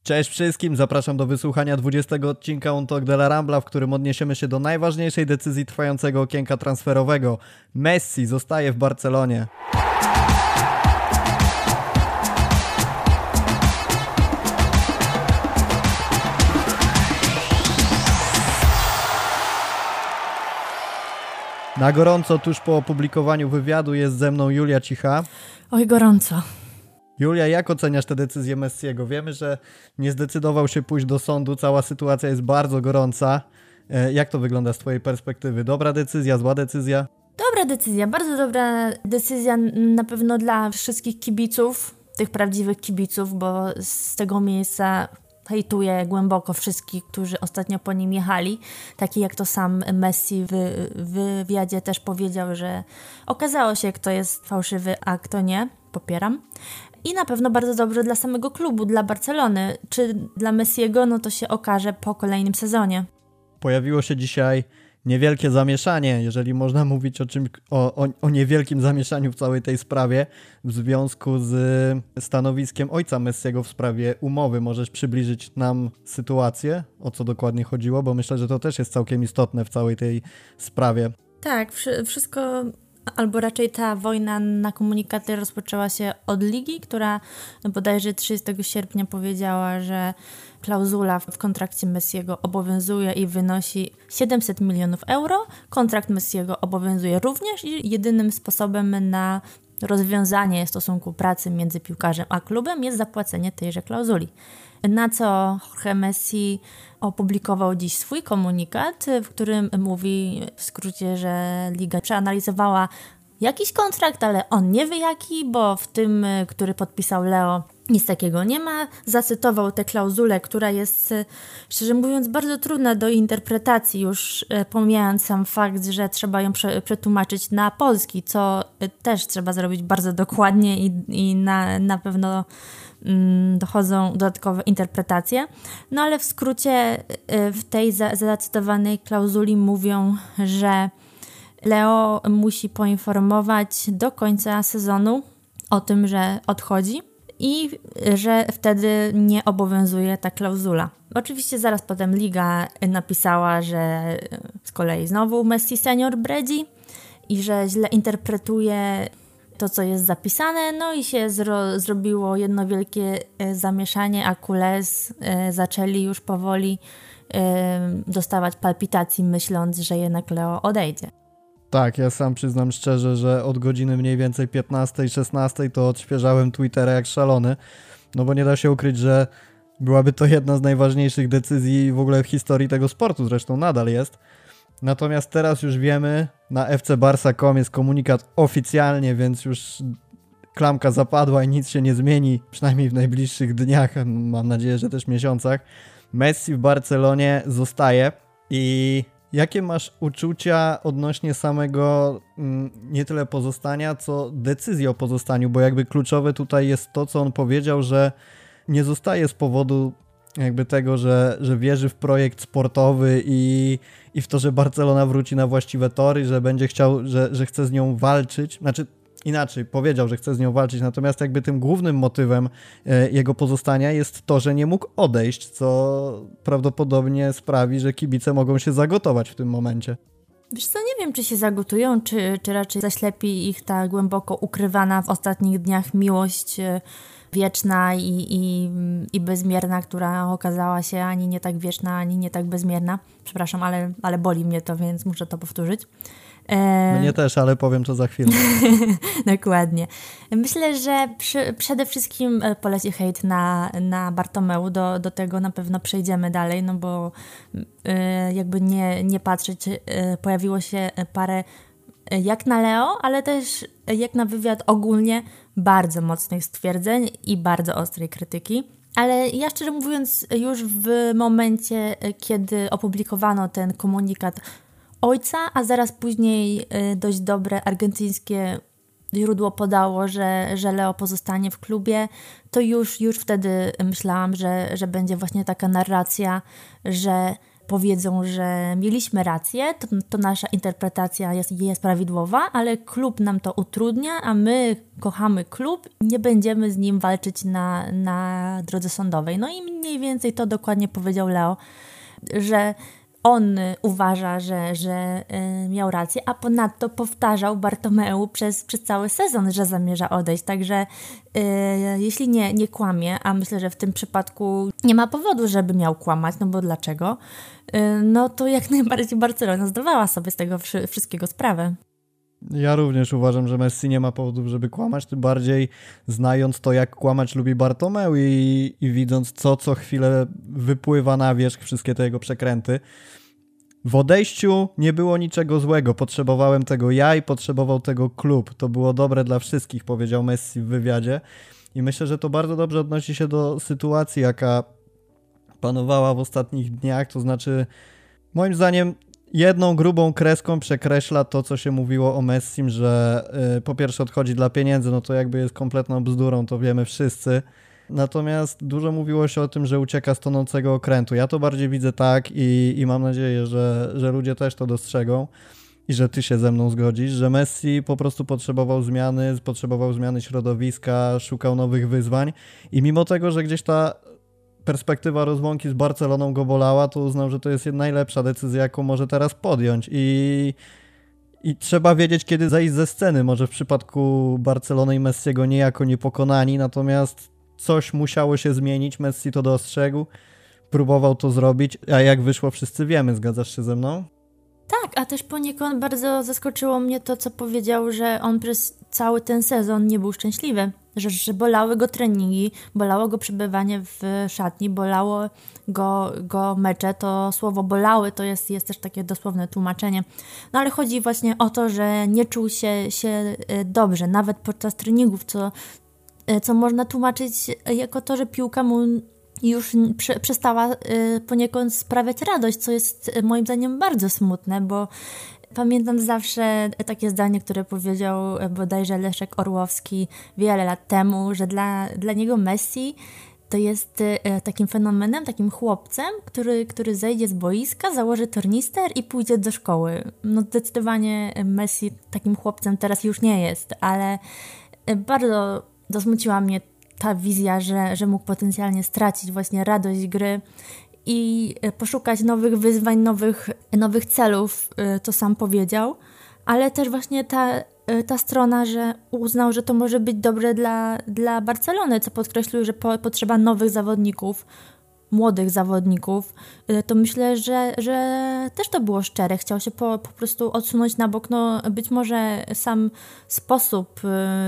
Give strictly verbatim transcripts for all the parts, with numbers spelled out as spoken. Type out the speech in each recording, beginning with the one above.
Cześć wszystkim, zapraszam do wysłuchania dwudziestego odcinka Un Talk de la Rambla, w którym odniesiemy się do najważniejszej decyzji trwającego okienka transferowego. Messi zostaje w Barcelonie. Na gorąco tuż po opublikowaniu wywiadu jest ze mną Julia Cicha. Oj, gorąco. Julia, jak oceniasz tę decyzję Messiego? Wiemy, że nie zdecydował się pójść do sądu, cała sytuacja jest bardzo gorąca. Jak to wygląda z twojej perspektywy? Dobra decyzja, zła decyzja? Dobra decyzja, bardzo dobra decyzja na pewno dla wszystkich kibiców, tych prawdziwych kibiców, bo z tego miejsca hejtuję głęboko wszystkich, którzy ostatnio po nim jechali. Taki jak to sam Messi w, w wywiadzie też powiedział, że okazało się, kto jest fałszywy, a kto nie. Popieram. I na pewno bardzo dobrze dla samego klubu, dla Barcelony. Czy dla Messiego, no to się okaże po kolejnym sezonie. Pojawiło się dzisiaj niewielkie zamieszanie, jeżeli można mówić o, czym, o, o, o niewielkim zamieszaniu w całej tej sprawie, w związku z stanowiskiem ojca Messiego w sprawie umowy. Możesz przybliżyć nam sytuację, o co dokładnie chodziło, bo myślę, że to też jest całkiem istotne w całej tej sprawie. Tak, wszystko... Albo raczej ta wojna na komunikaty rozpoczęła się od ligi, która bodajże trzydziestego sierpnia powiedziała, że klauzula w kontrakcie Messiego obowiązuje i wynosi siedemset milionów euro. Kontrakt Messiego obowiązuje również i jedynym sposobem na rozwiązanie stosunku pracy między piłkarzem a klubem jest zapłacenie tejże klauzuli. Na co Jorge Messi opublikował dziś swój komunikat, w którym mówi w skrócie, że liga przeanalizowała jakiś kontrakt, ale on nie wie jaki, bo w tym, który podpisał Leo, nic takiego nie ma. Zacytował tę klauzulę, która jest, szczerze mówiąc, bardzo trudna do interpretacji, już pomijając sam fakt, że trzeba ją prze, przetłumaczyć na polski, co też trzeba zrobić bardzo dokładnie i, i na, na pewno dochodzą dodatkowe interpretacje. No ale w skrócie w tej zacytowanej klauzuli mówią, że Leo musi poinformować do końca sezonu o tym, że odchodzi i że wtedy nie obowiązuje ta klauzula. Oczywiście zaraz potem liga napisała, że z kolei znowu Messi senior bredzi i że źle interpretuje to, co jest zapisane, no i się zro, zrobiło jedno wielkie e, zamieszanie, a Culés e, zaczęli już powoli e, dostawać palpitacji, myśląc, że jednak Leo odejdzie. Tak, ja sam przyznam szczerze, że od godziny mniej więcej piętnastej szesnastej to odświeżałem Twittera jak szalony, no bo nie da się ukryć, że byłaby to jedna z najważniejszych decyzji w ogóle w historii tego sportu, zresztą nadal jest. Natomiast teraz już wiemy, na f c barca kropka com jest komunikat oficjalnie, więc już klamka zapadła i nic się nie zmieni, przynajmniej w najbliższych dniach, mam nadzieję, że też miesiącach. Messi w Barcelonie zostaje. I jakie masz uczucia odnośnie samego mm, nie tyle pozostania, co decyzji o pozostaniu, bo jakby kluczowe tutaj jest to, co on powiedział, że nie zostaje z powodu jakby tego, że, że wierzy w projekt sportowy i, i w to, że Barcelona wróci na właściwe tory, że będzie chciał, że, że chce z nią walczyć. Znaczy inaczej, powiedział, że chce z nią walczyć, natomiast jakby tym głównym motywem e, jego pozostania jest to, że nie mógł odejść, co prawdopodobnie sprawi, że kibice mogą się zagotować w tym momencie. Wiesz co, nie wiem, czy się zagotują, czy, czy raczej zaślepi ich ta głęboko ukrywana w ostatnich dniach miłość e, wieczna i, i, i bezmierna, która okazała się ani nie tak wieczna, ani nie tak bezmierna. Przepraszam, ale, ale boli mnie to, więc muszę to powtórzyć. E... Mnie też, ale powiem to za chwilę. Dokładnie. Myślę, że przy, przede wszystkim poleci hejt na, na Bartomeu. Do, do tego na pewno przejdziemy dalej, no bo e, jakby nie, nie patrzeć, e, pojawiło się parę jak na Leo, ale też jak na wywiad ogólnie bardzo mocnych stwierdzeń i bardzo ostrej krytyki. Ale ja szczerze mówiąc już w momencie, kiedy opublikowano ten komunikat ojca, a zaraz później dość dobre argentyńskie źródło podało, że, że Leo pozostanie w klubie, to już, już wtedy myślałam, że, że będzie właśnie taka narracja, że powiedzą, że mieliśmy rację, to, to nasza interpretacja jest, jest prawidłowa, ale klub nam to utrudnia, a my kochamy klub i nie będziemy z nim walczyć na, na drodze sądowej. No i mniej więcej to dokładnie powiedział Leo, że on uważa, że, że y, miał rację, a ponadto powtarzał Bartomeu przez, przez cały sezon, że zamierza odejść. Także y, jeśli nie, nie kłamie, a myślę, że w tym przypadku nie ma powodu, żeby miał kłamać, no bo dlaczego? Y, no to jak najbardziej Barcelona zdawała sobie z tego wszy- wszystkiego sprawę. Ja również uważam, że Messi nie ma powodów, żeby kłamać, tym bardziej znając to, jak kłamać lubi Bartomeu i, i widząc co co chwilę wypływa na wierzch, wszystkie te jego przekręty. W odejściu nie było niczego złego, potrzebowałem tego ja i potrzebował tego klub. To było dobre dla wszystkich, powiedział Messi w wywiadzie i myślę, że to bardzo dobrze odnosi się do sytuacji, jaka panowała w ostatnich dniach, to znaczy moim zdaniem jedną grubą kreską przekreśla to, co się mówiło o Messim, że yy, po pierwsze odchodzi dla pieniędzy, no to jakby jest kompletną bzdurą, to wiemy wszyscy. Natomiast dużo mówiło się o tym, że ucieka z tonącego okrętu. Ja to bardziej widzę tak i, i mam nadzieję, że, że ludzie też to dostrzegą i że ty się ze mną zgodzisz, że Messi po prostu potrzebował zmiany, potrzebował zmiany środowiska, szukał nowych wyzwań i mimo tego, że gdzieś ta perspektywa rozłąki z Barceloną go bolała, to uznał, że to jest najlepsza decyzja, jaką może teraz podjąć i, i trzeba wiedzieć, kiedy zejść ze sceny. Może w przypadku Barcelony i Messiego niejako niepokonani, natomiast coś musiało się zmienić, Messi to dostrzegł, próbował to zrobić, a jak wyszło wszyscy wiemy, zgadzasz się ze mną? Tak, a też poniekąd bardzo zaskoczyło mnie to, co powiedział, że on przez cały ten sezon nie był szczęśliwy, że, że bolały go treningi, bolało go przebywanie w szatni, bolało go, go mecze. To słowo bolały to jest, jest też takie dosłowne tłumaczenie. No ale chodzi właśnie o to, że nie czuł się, się dobrze, nawet podczas treningów, co, co można tłumaczyć jako to, że piłka mu już prze, przestała y, poniekąd sprawiać radość, co jest y, moim zdaniem bardzo smutne, bo pamiętam zawsze takie zdanie, które powiedział bodajże Leszek Orłowski wiele lat temu, że dla, dla niego Messi to jest y, takim fenomenem, takim chłopcem, który, który zejdzie z boiska, założy tornister i pójdzie do szkoły. No zdecydowanie Messi takim chłopcem teraz już nie jest, ale y, bardzo zasmuciła mnie ta wizja, że, że mógł potencjalnie stracić właśnie radość gry i poszukać nowych wyzwań, nowych, nowych celów, to sam powiedział, ale też właśnie ta, ta strona, że uznał, że to może być dobre dla, dla Barcelony, co podkreślił, że po, potrzeba nowych zawodników, młodych zawodników, to myślę, że, że też to było szczere. Chciał się po, po prostu odsunąć na bok. No, być może sam sposób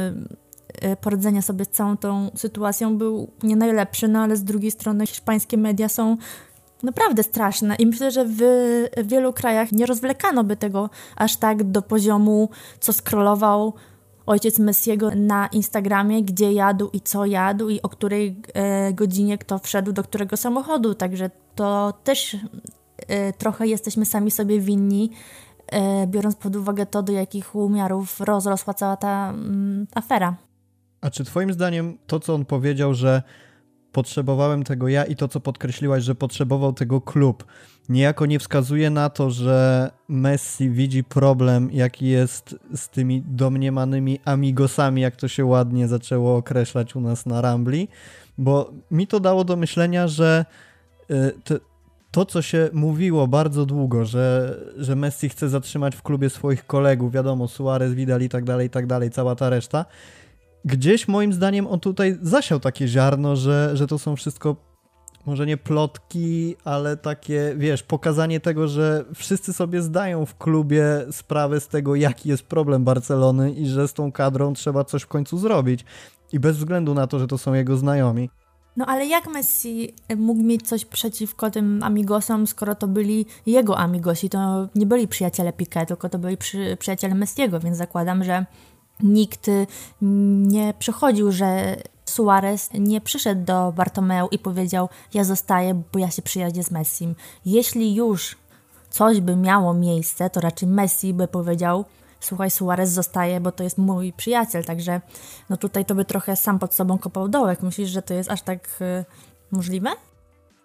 poradzenia sobie z całą tą sytuacją był nie najlepszy, no ale z drugiej strony hiszpańskie media są naprawdę straszne i myślę, że w wielu krajach nie rozwlekano by tego aż tak do poziomu, co scrollował ojciec Messiego na Instagramie, gdzie jadł i co jadł i o której e, godzinie kto wszedł do którego samochodu, także to też e, trochę jesteśmy sami sobie winni, e, biorąc pod uwagę to, do jakich umiarów rozrosła cała ta mm, afera. A czy twoim zdaniem to, co on powiedział, że potrzebowałem tego ja i to, co podkreśliłaś, że potrzebował tego klub, niejako nie wskazuje na to, że Messi widzi problem, jaki jest z tymi domniemanymi amigosami, jak to się ładnie zaczęło określać u nas na Rambli, bo mi to dało do myślenia, że to, to co się mówiło bardzo długo, że, że Messi chce zatrzymać w klubie swoich kolegów, wiadomo, Suarez, Vidal i tak dalej, i tak dalej, cała ta reszta, gdzieś moim zdaniem on tutaj zasiał takie ziarno, że, że to są wszystko może nie plotki, ale takie, wiesz, pokazanie tego, że wszyscy sobie zdają w klubie sprawę z tego, jaki jest problem Barcelony i że z tą kadrą trzeba coś w końcu zrobić. I bez względu na to, że to są jego znajomi. No ale jak Messi mógł mieć coś przeciwko tym amigosom, skoro to byli jego amigosi? To nie byli przyjaciele Piqué, tylko to byli przy, przyjaciele Messiego, więc zakładam, że nikt nie przychodził, że Suarez nie przyszedł do Bartomeu i powiedział: ja zostaję, bo ja się przyjaźnię z Messim. Jeśli już coś by miało miejsce, to raczej Messi by powiedział: słuchaj, Suarez zostaje, bo to jest mój przyjaciel, także no tutaj to by trochę sam pod sobą kopał dołek. Myślisz, że to jest aż tak y, możliwe?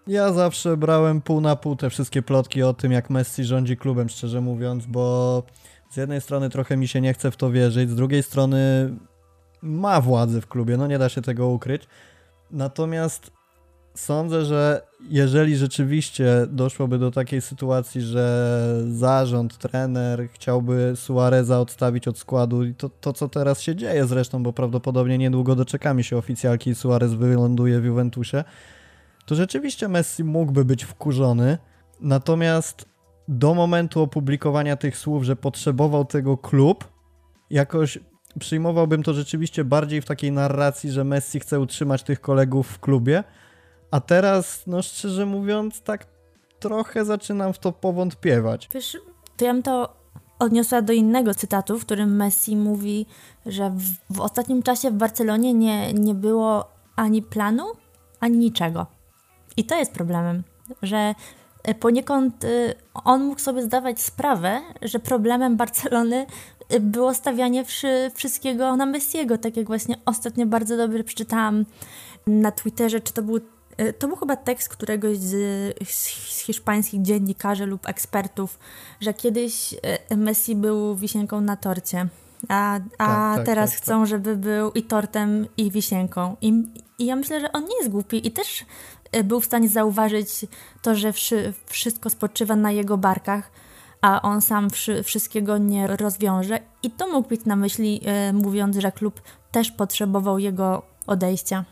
Ja zawsze brałem pół na pół te wszystkie plotki o tym, jak Messi rządzi klubem, szczerze mówiąc, bo z jednej strony trochę mi się nie chce w to wierzyć, z drugiej strony ma władzę w klubie, no nie da się tego ukryć. Natomiast sądzę, że jeżeli rzeczywiście doszłoby do takiej sytuacji, że zarząd, trener chciałby Suareza odstawić od składu i to, to co teraz się dzieje zresztą, bo prawdopodobnie niedługo doczekamy się oficjalki i Suarez wyląduje w Juventusie, to rzeczywiście Messi mógłby być wkurzony, natomiast do momentu opublikowania tych słów, że potrzebował tego klub, jakoś przyjmowałbym to rzeczywiście bardziej w takiej narracji, że Messi chce utrzymać tych kolegów w klubie, a teraz, no szczerze mówiąc, tak trochę zaczynam w to powątpiewać. Wiesz, to ja bym to odniosła do innego cytatu, w którym Messi mówi, że w, w ostatnim czasie w Barcelonie nie, nie było ani planu, ani niczego. I to jest problemem, że poniekąd on mógł sobie zdawać sprawę, że problemem Barcelony było stawianie wszy, wszystkiego na Messiego, tak jak właśnie ostatnio bardzo dobrze przeczytałam na Twitterze, czy to był To był chyba tekst któregoś z, z hiszpańskich dziennikarzy lub ekspertów, że kiedyś Messi był wisienką na torcie, a, a tak, tak, teraz tak, chcą, tak. żeby był i tortem, i wisienką. I, I ja myślę, że on nie jest głupi i też był w stanie zauważyć to, że wszy, wszystko spoczywa na jego barkach, a on sam wszy, wszystkiego nie rozwiąże. I to mógł mieć na myśli, e, mówiąc, że klub też potrzebował jego odejścia.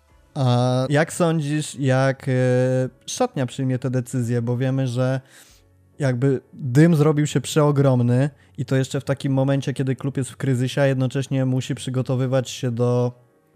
A jak sądzisz, jak e, szatnia przyjmie te decyzje, bo wiemy, że jakby dym zrobił się przeogromny i to jeszcze w takim momencie, kiedy klub jest w kryzysie, a jednocześnie musi przygotowywać się do,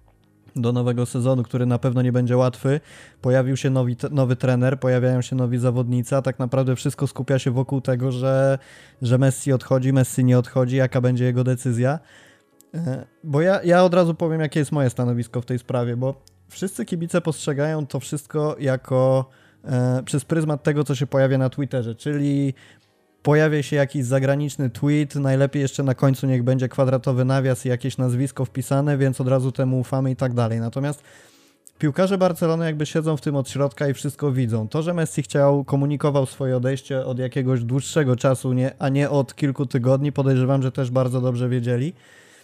do nowego sezonu, który na pewno nie będzie łatwy. Pojawił się nowy, nowy trener, pojawiają się nowi zawodnicy, a tak naprawdę wszystko skupia się wokół tego, że, że Messi odchodzi, Messi nie odchodzi, jaka będzie jego decyzja. E, bo ja, ja od razu powiem, jakie jest moje stanowisko w tej sprawie, bo wszyscy kibice postrzegają to wszystko jako e, przez pryzmat tego, co się pojawia na Twitterze, czyli pojawia się jakiś zagraniczny tweet, najlepiej jeszcze na końcu niech będzie kwadratowy nawias i jakieś nazwisko wpisane, więc od razu temu ufamy i tak dalej. Natomiast piłkarze Barcelony jakby siedzą w tym od środka i wszystko widzą. To, że Messi chciał, komunikował swoje odejście od jakiegoś dłuższego czasu, nie, a nie od kilku tygodni, podejrzewam, że też bardzo dobrze wiedzieli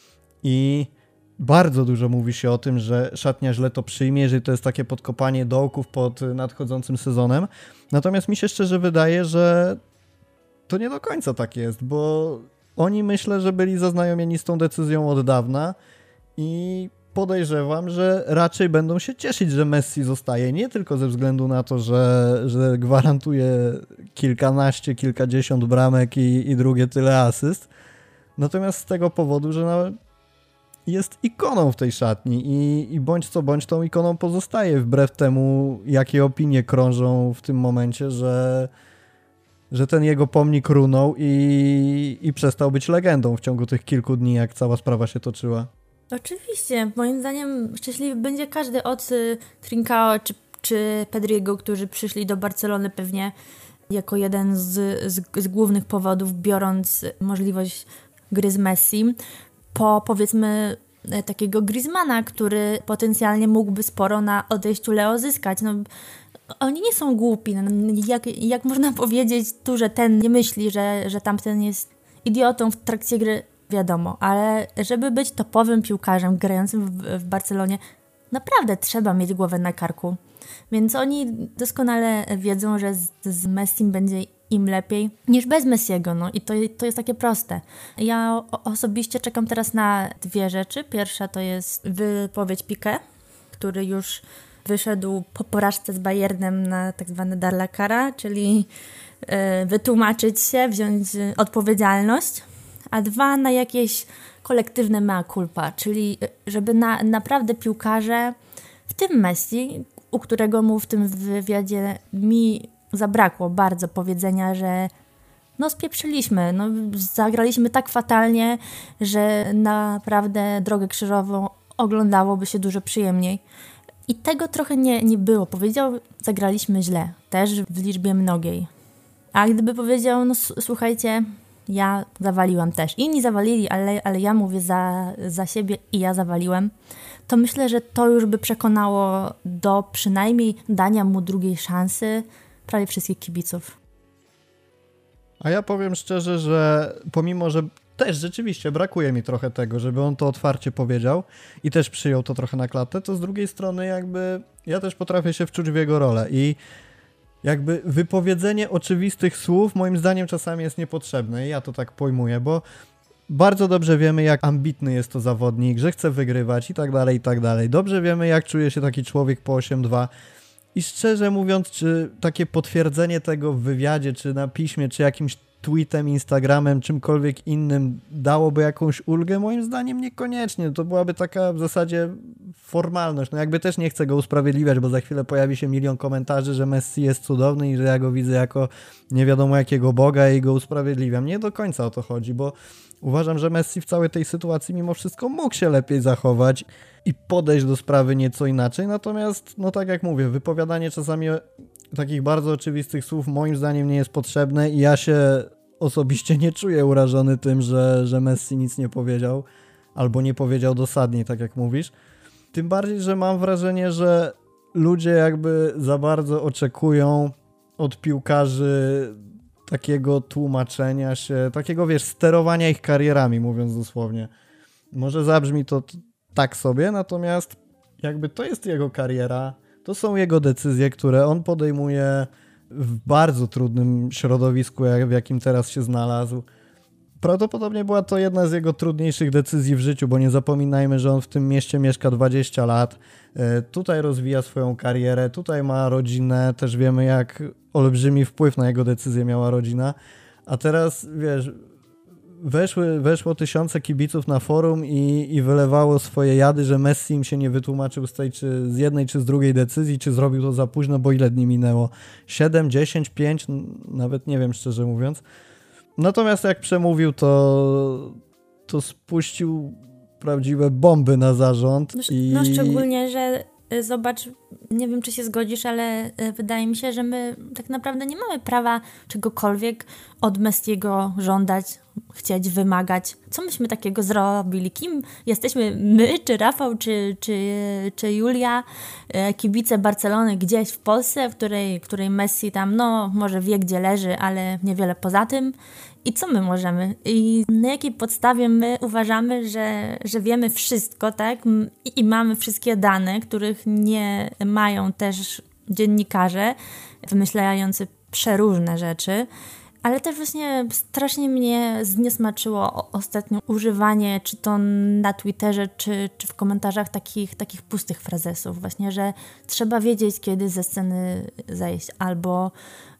i bardzo dużo mówi się o tym, że szatnia źle to przyjmie, że to jest takie podkopanie dołków pod nadchodzącym sezonem. Natomiast mi się szczerze wydaje, że to nie do końca tak jest, bo oni myślę, że byli zaznajomieni z tą decyzją od dawna i podejrzewam, że raczej będą się cieszyć, że Messi zostaje, nie tylko ze względu na to, że, że gwarantuje kilkanaście, kilkadziesiąt bramek i, i drugie tyle asyst, natomiast z tego powodu, że no, jest ikoną w tej szatni i, i bądź co bądź tą ikoną pozostaje, wbrew temu, jakie opinie krążą w tym momencie, że, że ten jego pomnik runął i, i przestał być legendą w ciągu tych kilku dni, jak cała sprawa się toczyła. Oczywiście, moim zdaniem szczęśliwy będzie każdy od y, Trincao czy, czy Pedriego, którzy przyszli do Barcelony pewnie jako jeden z, z, z głównych powodów, biorąc możliwość gry z Messi, po powiedzmy takiego Griezmana, który potencjalnie mógłby sporo na odejściu Leo zyskać. No, oni nie są głupi. No, jak, jak można powiedzieć tu, że ten nie myśli, że, że tamten jest idiotą w trakcie gry, wiadomo, ale żeby być topowym piłkarzem grającym w, w Barcelonie, naprawdę trzeba mieć głowę na karku. Więc oni doskonale wiedzą, że z, z Messim będzie im lepiej niż bez Messiego, no i to, to jest takie proste. Ja o, osobiście czekam teraz na dwie rzeczy. Pierwsza to jest wypowiedź Piqué, który już wyszedł po porażce z Bayernem na tak zwany dar la cara, czyli y, wytłumaczyć się, wziąć odpowiedzialność, a dwa na jakieś kolektywne mea culpa, czyli żeby na, naprawdę piłkarze, w tym Messi, u którego mu w tym wywiadzie mi zabrakło bardzo powiedzenia, że no spieprzyliśmy, no zagraliśmy tak fatalnie, że naprawdę drogę krzyżową oglądałoby się dużo przyjemniej. I tego trochę nie, nie było. Powiedział, zagraliśmy źle, też w liczbie mnogiej. A gdyby powiedział, no słuchajcie, ja zawaliłam też. Inni zawalili, ale, ale ja mówię za, za siebie i ja zawaliłem. To myślę, że to już by przekonało do przynajmniej dania mu drugiej szansy prawie wszystkich kibiców. A ja powiem szczerze, że pomimo, że też rzeczywiście brakuje mi trochę tego, żeby on to otwarcie powiedział i też przyjął to trochę na klatę, to z drugiej strony jakby ja też potrafię się wczuć w jego rolę i jakby wypowiedzenie oczywistych słów moim zdaniem czasami jest niepotrzebne i ja to tak pojmuję, bo bardzo dobrze wiemy, jak ambitny jest to zawodnik, że chce wygrywać i tak dalej, i tak dalej. Dobrze wiemy, jak czuje się taki człowiek po osiem dwa. I szczerze mówiąc, czy takie potwierdzenie tego w wywiadzie, czy na piśmie, czy jakimś tweetem, Instagramem, czymkolwiek innym dałoby jakąś ulgę? Moim zdaniem niekoniecznie. To byłaby taka w zasadzie formalność. No jakby też nie chcę go usprawiedliwiać, bo za chwilę pojawi się milion komentarzy, że Messi jest cudowny i że ja go widzę jako nie wiadomo jakiego Boga i go usprawiedliwiam. Nie do końca o to chodzi, bo uważam, że Messi w całej tej sytuacji mimo wszystko mógł się lepiej zachować i podejść do sprawy nieco inaczej, natomiast, no tak jak mówię, wypowiadanie czasami takich bardzo oczywistych słów moim zdaniem nie jest potrzebne i ja się osobiście nie czuję urażony tym, że, że Messi nic nie powiedział, albo nie powiedział dosadniej, tak jak mówisz. Tym bardziej, że mam wrażenie, że ludzie jakby za bardzo oczekują od piłkarzy takiego tłumaczenia się, takiego, wiesz, sterowania ich karierami, mówiąc dosłownie. Może zabrzmi to t- tak sobie, natomiast jakby to jest jego kariera, to są jego decyzje, które on podejmuje w bardzo trudnym środowisku, jak, w jakim teraz się znalazł. Prawdopodobnie była to jedna z jego trudniejszych decyzji w życiu, bo nie zapominajmy, że on w tym mieście mieszka dwadzieścia lat, tutaj rozwija swoją karierę, tutaj ma rodzinę, też wiemy, jak olbrzymi wpływ na jego decyzję miała rodzina, a teraz, wiesz, weszły, weszło tysiące kibiców na forum i, i wylewało swoje jady, że Messi im się nie wytłumaczył z tej, czy z jednej, czy z drugiej decyzji, czy zrobił to za późno, bo ile dni minęło? siedem, dziesięć, pięć? Nawet nie wiem, szczerze mówiąc. Natomiast jak przemówił, to, to spuścił prawdziwe bomby na zarząd. No, i... no szczególnie, że zobacz, nie wiem, czy się zgodzisz, ale wydaje mi się, że my tak naprawdę nie mamy prawa czegokolwiek od Messiego żądać, chcieć, wymagać. Co myśmy takiego zrobili? Kim jesteśmy my, czy Rafał, czy, czy, czy Julia, kibice Barcelony gdzieś w Polsce, w której, której Messi tam, no może wie, gdzie leży, ale niewiele poza tym. I co my możemy? I na jakiej podstawie my uważamy, że, że wiemy wszystko, tak? I, I mamy wszystkie dane, których nie mają też dziennikarze wymyślający przeróżne rzeczy. Ale też właśnie strasznie mnie zniesmaczyło ostatnio używanie, czy to na Twitterze, czy, czy w komentarzach takich, takich pustych frazesów. Właśnie, że trzeba wiedzieć, kiedy ze sceny zejść, albo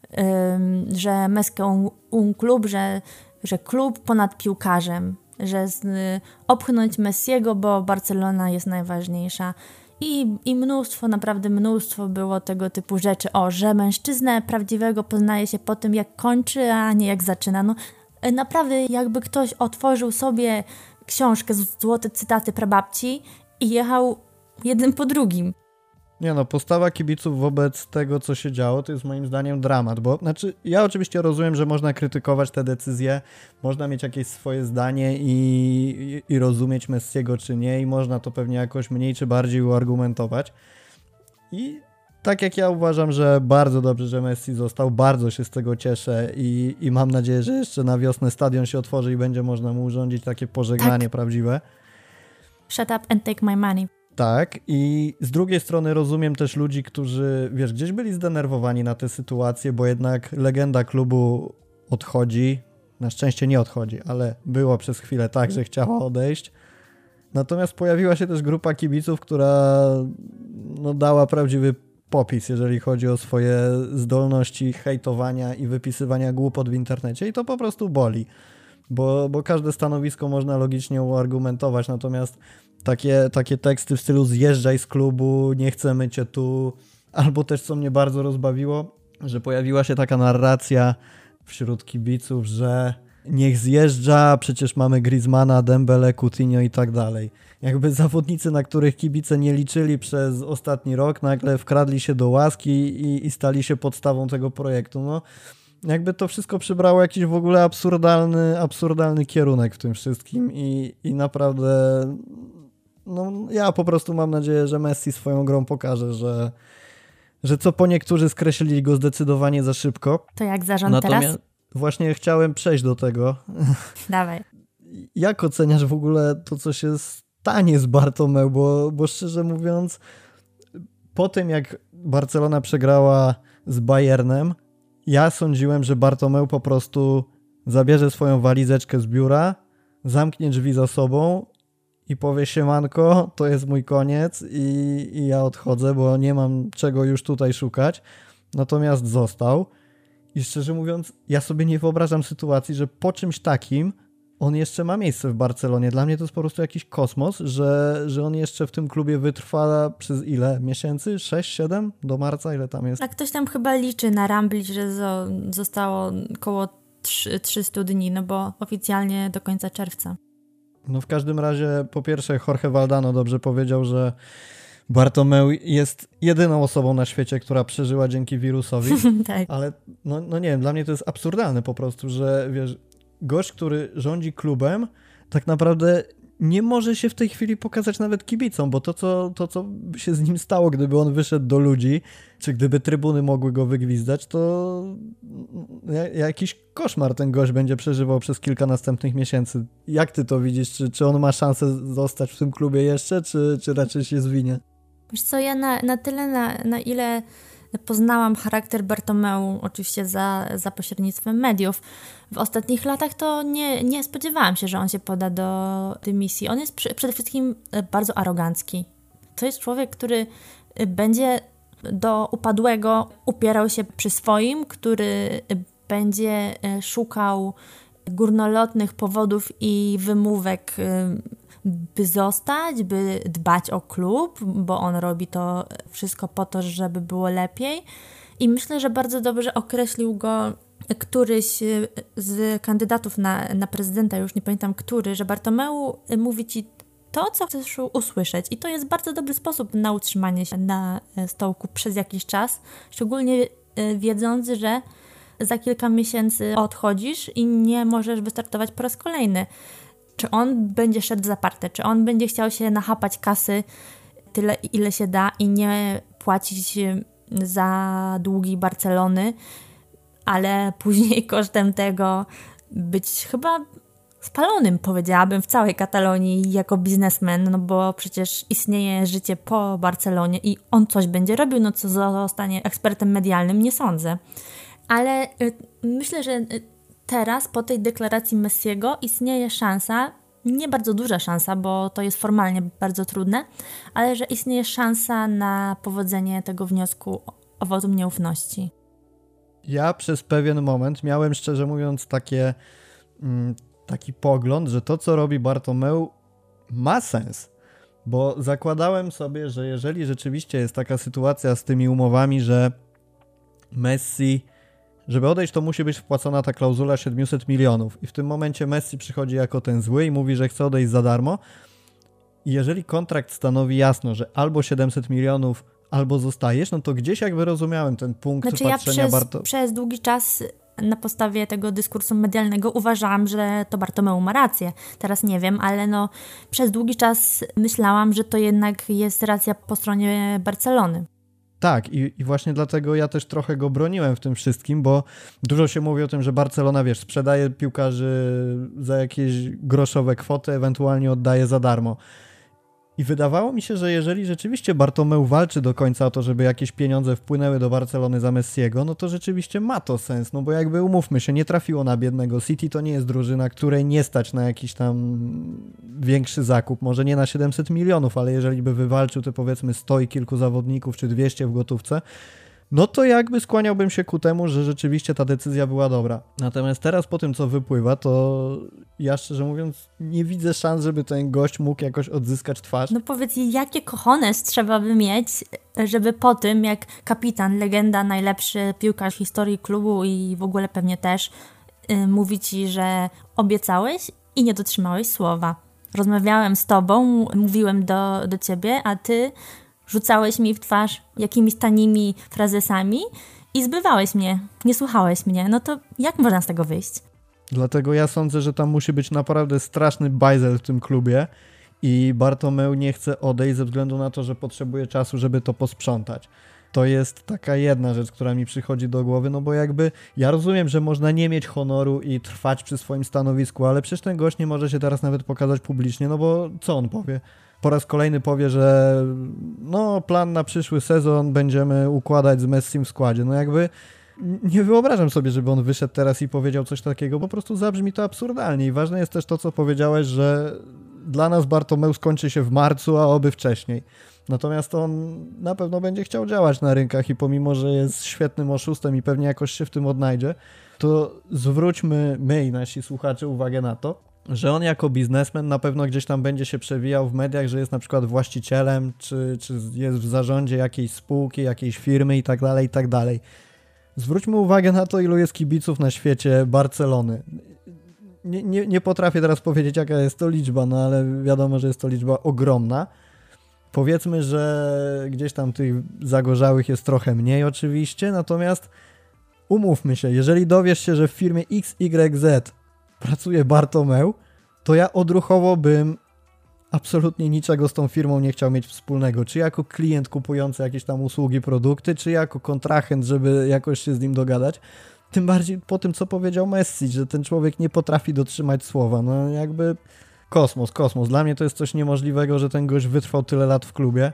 ym, że Meskę un klub, że, że klub ponad piłkarzem, że z, y, opchnąć Messiego, bo Barcelona jest najważniejsza. I, I mnóstwo, naprawdę mnóstwo było tego typu rzeczy. O, że mężczyznę prawdziwego poznaje się po tym, jak kończy, a nie jak zaczyna. No naprawdę, jakby ktoś otworzył sobie książkę z złote cytaty prababci i jechał jeden po drugim. Nie no, postawa kibiców wobec tego, co się działo, to jest moim zdaniem dramat, bo znaczy ja oczywiście rozumiem, że można krytykować te decyzje, można mieć jakieś swoje zdanie i, i, i rozumieć Messiego czy nie i można to pewnie jakoś mniej czy bardziej uargumentować. I tak jak ja uważam, że bardzo dobrze, że Messi został, bardzo się z tego cieszę i, i mam nadzieję, że jeszcze na wiosnę stadion się otworzy i będzie można mu urządzić takie pożegnanie tak. prawdziwe. Shut up and take my money. Tak, i z drugiej strony rozumiem też ludzi, którzy, wiesz, gdzieś byli zdenerwowani na tę sytuację, bo jednak legenda klubu odchodzi, na szczęście nie odchodzi, ale było przez chwilę tak, że chciała odejść. Natomiast pojawiła się też grupa kibiców, która no, dała prawdziwy popis, jeżeli chodzi o swoje zdolności hejtowania i wypisywania głupot w internecie i to po prostu boli, bo, bo każde stanowisko można logicznie uargumentować, natomiast Takie, takie teksty w stylu zjeżdżaj z klubu, nie chcemy cię tu, albo też co mnie bardzo rozbawiło, że pojawiła się taka narracja wśród kibiców, że niech zjeżdża, przecież mamy Griezmana, Dembele, Coutinho i tak dalej. Jakby zawodnicy, na których kibice nie liczyli przez ostatni rok, nagle wkradli się do łaski i, i stali się podstawą tego projektu. No, jakby to wszystko przybrało jakiś w ogóle absurdalny, absurdalny kierunek w tym wszystkim i, i naprawdę no, ja po prostu mam nadzieję, że Messi swoją grą pokaże, że, że co po niektórzy skreślili go zdecydowanie za szybko. To jak zarząd Natomiast teraz? Właśnie chciałem przejść do tego. Dawaj. Jak oceniasz w ogóle to, co się stanie z Bartomeu? Bo, bo szczerze mówiąc, po tym jak Barcelona przegrała z Bayernem, ja sądziłem, że Bartomeu po prostu zabierze swoją walizeczkę z biura, zamknie drzwi za sobą i powie: siemanko, to jest mój koniec i, i ja odchodzę, bo nie mam czego już tutaj szukać. Natomiast został. I szczerze mówiąc, ja sobie nie wyobrażam sytuacji, że po czymś takim on jeszcze ma miejsce w Barcelonie. Dla mnie to jest po prostu jakiś kosmos, że, że on jeszcze w tym klubie wytrwa przez ile miesięcy? sześć siedem do marca? Ile tam jest? A ktoś tam chyba liczy na Rambli, że zo- zostało około trzysta dni, no bo oficjalnie do końca czerwca. No w każdym razie, po pierwsze, Jorge Valdano dobrze powiedział, że Bartomeu jest jedyną osobą na świecie, która przeżyła dzięki wirusowi. Tak. Ale no, no nie wiem, dla mnie to jest absurdalne po prostu, że wiesz, gość, który rządzi klubem, tak naprawdę nie może się w tej chwili pokazać nawet kibicom, bo to co, to, co by się z nim stało, gdyby on wyszedł do ludzi, czy gdyby trybuny mogły go wygwizdać, to jakiś koszmar ten gość będzie przeżywał przez kilka następnych miesięcy. Jak ty to widzisz? Czy, czy on ma szansę zostać w tym klubie jeszcze, czy, czy raczej się zwinie? Wiesz co, ja na, na tyle, na, na ile poznałam charakter Bartomeu, oczywiście za, za pośrednictwem mediów, w ostatnich latach to nie, nie spodziewałam się, że on się poda do dymisji. On jest przy, przede wszystkim bardzo arogancki. To jest człowiek, który będzie do upadłego upierał się przy swoim, który będzie szukał górnolotnych powodów i wymówek, by zostać, by dbać o klub, bo on robi to wszystko po to, żeby było lepiej. I myślę, że bardzo dobrze określił go któryś z kandydatów na, na prezydenta, już nie pamiętam który, że Bartomeu mówi ci to, co chcesz usłyszeć. I to jest bardzo dobry sposób na utrzymanie się na stołku przez jakiś czas, szczególnie wiedząc, że za kilka miesięcy odchodzisz i nie możesz wystartować po raz kolejny. Czy on będzie szedł zaparte, czy on będzie chciał się nachapać kasy tyle, ile się da i nie płacić za długi Barcelony, ale później kosztem tego być chyba spalonym, powiedziałabym, w całej Katalonii jako biznesmen, no bo przecież istnieje życie po Barcelonie i on coś będzie robił, no co zostanie ekspertem medialnym, nie sądzę. Ale y, myślę, że teraz po tej deklaracji Messiego istnieje szansa, nie bardzo duża szansa, bo to jest formalnie bardzo trudne, ale że istnieje szansa na powodzenie tego wniosku o wotum nieufności. Ja przez pewien moment miałem, szczerze mówiąc, takie, mm, taki pogląd, że to, co robi Bartomeu, ma sens. Bo zakładałem sobie, że jeżeli rzeczywiście jest taka sytuacja z tymi umowami, że Messi, żeby odejść, to musi być wpłacona ta klauzula siedemset milionów. I w tym momencie Messi przychodzi jako ten zły i mówi, że chce odejść za darmo. I jeżeli kontrakt stanowi jasno, że albo siedemset milionów, albo zostajesz, no to gdzieś jakby rozumiałem ten punkt znaczy patrzenia. Ja przez, Barto... przez długi czas na podstawie tego dyskursu medialnego uważałam, że to Bartomeu ma rację. Teraz nie wiem, ale no przez długi czas myślałam, że to jednak jest racja po stronie Barcelony. Tak, i, i właśnie dlatego ja też trochę go broniłem w tym wszystkim, bo dużo się mówi o tym, że Barcelona, wiesz, sprzedaje piłkarzy za jakieś groszowe kwoty, ewentualnie oddaje za darmo. I wydawało mi się, że jeżeli rzeczywiście Bartomeu walczy do końca o to, żeby jakieś pieniądze wpłynęły do Barcelony za Messiego, no to rzeczywiście ma to sens, no bo jakby umówmy się, nie trafiło na biednego. City to nie jest drużyna, której nie stać na jakiś tam większy zakup, może nie na siedemset milionów, ale jeżeli by wywalczył te powiedzmy sto i kilku zawodników, czy dwieście w gotówce, no to jakby skłaniałbym się ku temu, że rzeczywiście ta decyzja była dobra. Natomiast teraz po tym, co wypływa, to ja szczerze mówiąc nie widzę szans, żeby ten gość mógł jakoś odzyskać twarz. No powiedz, jakie cojones trzeba by mieć, żeby po tym, jak kapitan, legenda, najlepszy piłkarz w historii klubu i w ogóle pewnie też yy, mówi ci, że obiecałeś i nie dotrzymałeś słowa. Rozmawiałem z tobą, mówiłem do, do ciebie, a ty rzucałeś mi w twarz jakimiś tanimi frazesami i zbywałeś mnie, nie słuchałeś mnie, no to jak można z tego wyjść? Dlatego ja sądzę, że tam musi być naprawdę straszny bajzel w tym klubie i Bartomeu nie chce odejść ze względu na to, że potrzebuje czasu, żeby to posprzątać. To jest taka jedna rzecz, która mi przychodzi do głowy, no bo jakby ja rozumiem, że można nie mieć honoru i trwać przy swoim stanowisku, ale przecież ten gość nie może się teraz nawet pokazać publicznie, no bo co on powie? Po raz kolejny powie, że no plan na przyszły sezon będziemy układać z Messim w składzie. No jakby nie wyobrażam sobie, żeby on wyszedł teraz i powiedział coś takiego, po prostu zabrzmi to absurdalnie i ważne jest też to, co powiedziałeś, że dla nas Bartomeu skończy się w marcu, a oby wcześniej. Natomiast on na pewno będzie chciał działać na rynkach i pomimo, że jest świetnym oszustem i pewnie jakoś się w tym odnajdzie, to zwróćmy my i nasi słuchacze uwagę na to, że on jako biznesmen na pewno gdzieś tam będzie się przewijał w mediach, że jest na przykład właścicielem, czy, czy jest w zarządzie jakiejś spółki, jakiejś firmy i tak dalej, i tak dalej. Zwróćmy uwagę na to, ilu jest kibiców na świecie Barcelony. Nie, nie, nie potrafię teraz powiedzieć, jaka jest to liczba, no ale wiadomo, że jest to liczba ogromna. Powiedzmy, że gdzieś tam tych zagorzałych jest trochę mniej oczywiście, natomiast umówmy się, jeżeli dowiesz się, że w firmie X Y Z pracuje Bartomeu, to ja odruchowo bym absolutnie niczego z tą firmą nie chciał mieć wspólnego. Czy jako klient kupujący jakieś tam usługi, produkty, czy jako kontrahent, żeby jakoś się z nim dogadać. Tym bardziej po tym, co powiedział Messi, że ten człowiek nie potrafi dotrzymać słowa. No jakby kosmos, kosmos. Dla mnie to jest coś niemożliwego, że ten gość wytrwał tyle lat w klubie.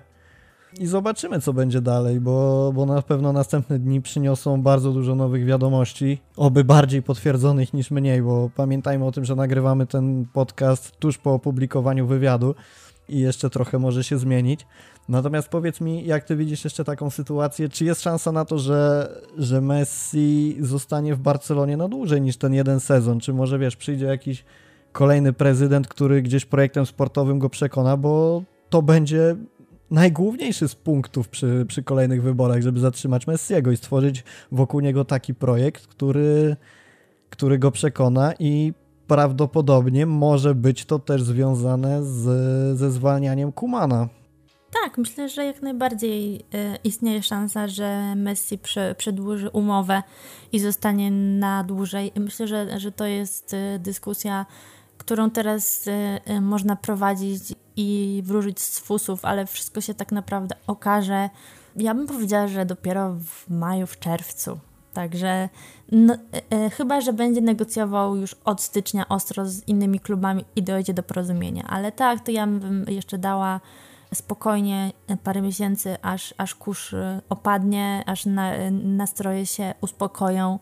I zobaczymy, co będzie dalej, bo, bo na pewno następne dni przyniosą bardzo dużo nowych wiadomości, oby bardziej potwierdzonych niż mniej, bo pamiętajmy o tym, że nagrywamy ten podcast tuż po opublikowaniu wywiadu i jeszcze trochę może się zmienić. Natomiast powiedz mi, jak ty widzisz jeszcze taką sytuację, czy jest szansa na to, że, że Messi zostanie w Barcelonie na dłużej niż ten jeden sezon, czy może wiesz, przyjdzie jakiś kolejny prezydent, który gdzieś projektem sportowym go przekona, bo to będzie najgłówniejszy z punktów przy, przy kolejnych wyborach, żeby zatrzymać Messiego i stworzyć wokół niego taki projekt, który, który go przekona i prawdopodobnie może być to też związane z, ze zwalnianiem Koemana. Tak, myślę, że jak najbardziej y, istnieje szansa, że Messi prze, przedłuży umowę i zostanie na dłużej. Myślę, że, że to jest y, dyskusja, którą teraz y, y, można prowadzić i wróżyć z fusów, ale wszystko się tak naprawdę okaże. Ja bym powiedziała, że dopiero w maju, w czerwcu. Także no, y, y, chyba, że będzie negocjował już od stycznia ostro z innymi klubami i dojdzie do porozumienia. Ale tak, to ja bym jeszcze dała spokojnie parę miesięcy, aż, aż kurz opadnie, aż na, nastroje się uspokoją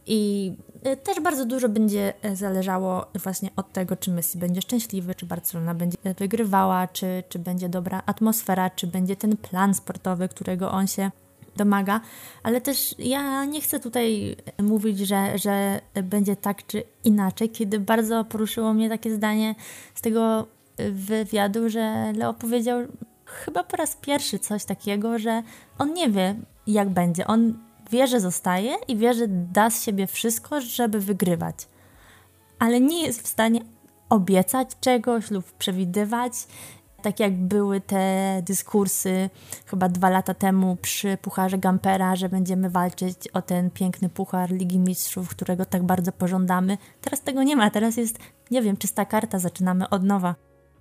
i też bardzo dużo będzie zależało właśnie od tego, czy Messi będzie szczęśliwy, czy Barcelona będzie wygrywała, czy, czy będzie dobra atmosfera, czy będzie ten plan sportowy, którego on się domaga, ale też ja nie chcę tutaj mówić, że, że będzie tak czy inaczej, kiedy bardzo poruszyło mnie takie zdanie z tego wywiadu, że Leo powiedział chyba po raz pierwszy coś takiego, że on nie wie, jak będzie. On wie, że zostaje i wie, że da z siebie wszystko, żeby wygrywać. Ale nie jest w stanie obiecać czegoś lub przewidywać. Tak jak były te dyskursy chyba dwa lata temu przy Pucharze Gampera, że będziemy walczyć o ten piękny Puchar Ligi Mistrzów, którego tak bardzo pożądamy. Teraz tego nie ma. Teraz jest, nie wiem, czysta karta. Zaczynamy od nowa.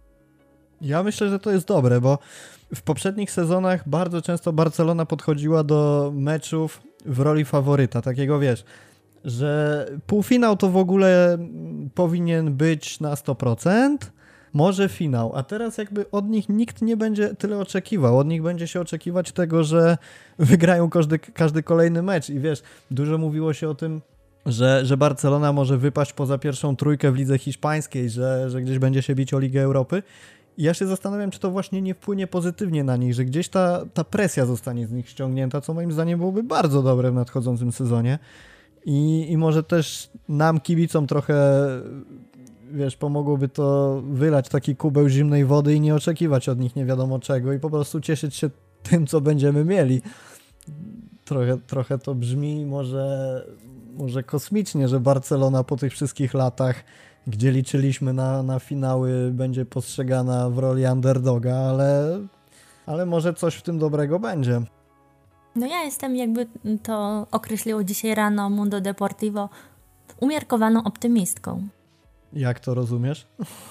Ja myślę, że to jest dobre, bo w poprzednich sezonach bardzo często Barcelona podchodziła do meczów w roli faworyta, takiego wiesz, że półfinał to w ogóle powinien być na sto procent, może finał, a teraz jakby od nich nikt nie będzie tyle oczekiwał, od nich będzie się oczekiwać tego, że wygrają każdy, każdy kolejny mecz i wiesz, dużo mówiło się o tym, że, że Barcelona może wypaść poza pierwszą trójkę w lidze hiszpańskiej, że, że gdzieś będzie się bić o Ligę Europy. I ja się zastanawiam, czy to właśnie nie wpłynie pozytywnie na nich, że gdzieś ta, ta presja zostanie z nich ściągnięta, co moim zdaniem byłoby bardzo dobre w nadchodzącym sezonie. I, i może też nam, kibicom, trochę, wiesz, pomogłoby to wylać taki kubeł zimnej wody i nie oczekiwać od nich nie wiadomo czego i po prostu cieszyć się tym, co będziemy mieli. Trochę, trochę to brzmi może, może kosmicznie, że Barcelona po tych wszystkich latach, gdzie liczyliśmy na, na finały, będzie postrzegana w roli underdoga, ale, ale może coś w tym dobrego będzie. No ja jestem, jakby to określiło dzisiaj rano Mundo Deportivo, umiarkowaną optymistką. Jak to rozumiesz?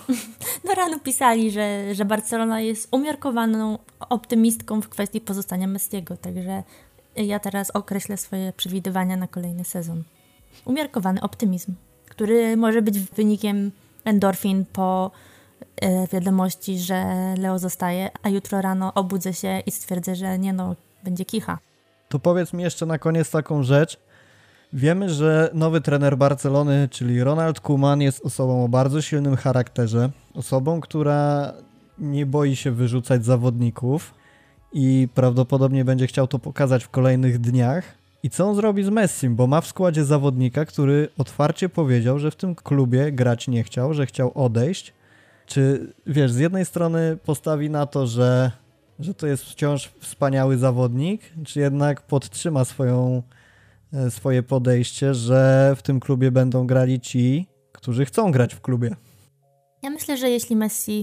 No rano pisali, że, że Barcelona jest umiarkowaną optymistką w kwestii pozostania Messiego, także ja teraz określę swoje przewidywania na kolejny sezon. Umiarkowany optymizm, który może być wynikiem endorfin po e, wiadomości, że Leo zostaje, a jutro rano obudzę się i stwierdzę, że nie no, będzie kicha. To powiedz mi jeszcze na koniec taką rzecz. Wiemy, że nowy trener Barcelony, czyli Ronald Koeman, jest osobą o bardzo silnym charakterze, osobą, która nie boi się wyrzucać zawodników i prawdopodobnie będzie chciał to pokazać w kolejnych dniach. I co on zrobi z Messim, bo ma w składzie zawodnika, który otwarcie powiedział, że w tym klubie grać nie chciał, że chciał odejść. Czy, wiesz, z jednej strony postawi na to, że, że to jest wciąż wspaniały zawodnik, czy jednak podtrzyma swoją, swoje podejście, że w tym klubie będą grali ci, którzy chcą grać w klubie? Ja myślę, że jeśli Messi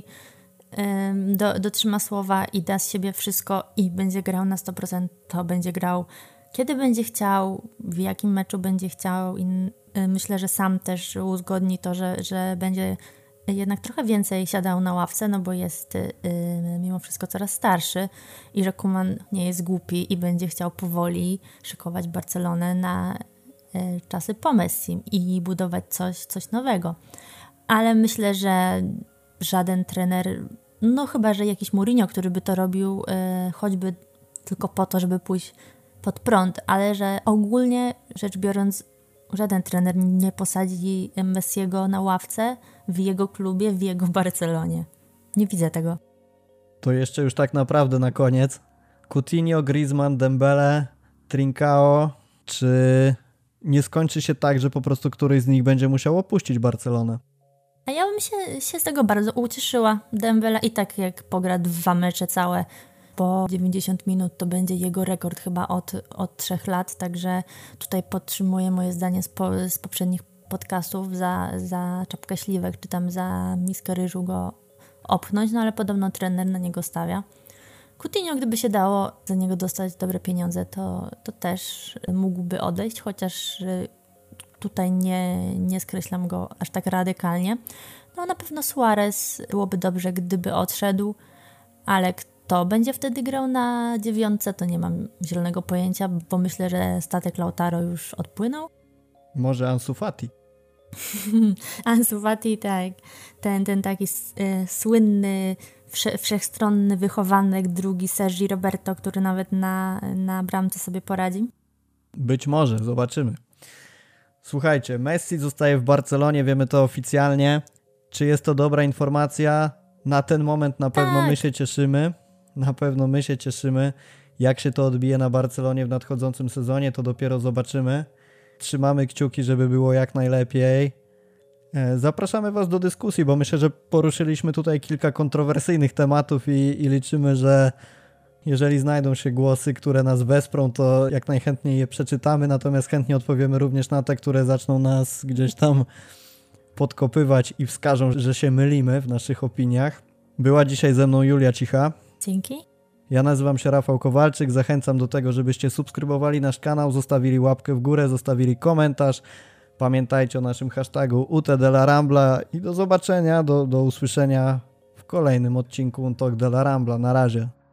ym, do, dotrzyma słowa i da z siebie wszystko i będzie grał na sto procent, to będzie grał kiedy będzie chciał, w jakim meczu będzie chciał i y, myślę, że sam też uzgodni to, że, że będzie jednak trochę więcej siadał na ławce, no bo jest y, mimo wszystko coraz starszy i że Koeman nie jest głupi i będzie chciał powoli szykować Barcelonę na y, czasy po Messim i budować coś, coś nowego. Ale myślę, że żaden trener, no chyba, że jakiś Mourinho, który by to robił y, choćby tylko po to, żeby pójść pod prąd, ale że ogólnie rzecz biorąc żaden trener nie posadzi Messiego na ławce w jego klubie, w jego Barcelonie. Nie widzę tego. To jeszcze już tak naprawdę na koniec. Coutinho, Griezmann, Dembele, Trincao, czy nie skończy się tak, że po prostu któryś z nich będzie musiał opuścić Barcelonę? A ja bym się, się z tego bardzo ucieszyła. Dembele i tak jak pogra dwa mecze całe po dziewięćdziesiąt minut, to będzie jego rekord chyba od, od trzech lat, także tutaj podtrzymuję moje zdanie z, po, z poprzednich podcastów, za, za czapkę śliwek czy tam za miskę ryżu go opchnąć, no ale podobno trener na niego stawia. Coutinho, gdyby się dało za niego dostać dobre pieniądze, to, to też mógłby odejść, chociaż tutaj nie, nie skreślam go aż tak radykalnie. No na pewno Suarez byłoby dobrze, gdyby odszedł, ale kto będzie wtedy grał na dziewiątce, to nie mam zielonego pojęcia, bo myślę, że statek Lautaro już odpłynął. Może Ansu Fati? Ansu Fati, tak. Ten, ten taki e, słynny, wsze, wszechstronny wychowanek, drugi Sergi Roberto, który nawet na, na bramce sobie poradzi. Być może, zobaczymy. Słuchajcie, Messi zostaje w Barcelonie, wiemy to oficjalnie. Czy jest to dobra informacja? Na ten moment na pewno tak. my się cieszymy. Na pewno my się cieszymy. Jak się to odbije na Barcelonie w nadchodzącym sezonie, to dopiero zobaczymy. Trzymamy kciuki, żeby było jak najlepiej. Zapraszamy Was do dyskusji, bo myślę, że poruszyliśmy tutaj kilka kontrowersyjnych tematów i, i liczymy, że jeżeli znajdą się głosy, które nas wesprą, to jak najchętniej je przeczytamy, natomiast chętnie odpowiemy również na te, które zaczną nas gdzieś tam podkopywać i wskażą, że się mylimy w naszych opiniach. Była dzisiaj ze mną Julia Cicha. Dzięki. Ja nazywam się Rafał Kowalczyk, zachęcam do tego, żebyście subskrybowali nasz kanał, zostawili łapkę w górę, zostawili komentarz. Pamiętajcie o naszym hashtagu U T de la Rambla i do zobaczenia, do, do usłyszenia w kolejnym odcinku Un Talk de la Rambla. Na razie.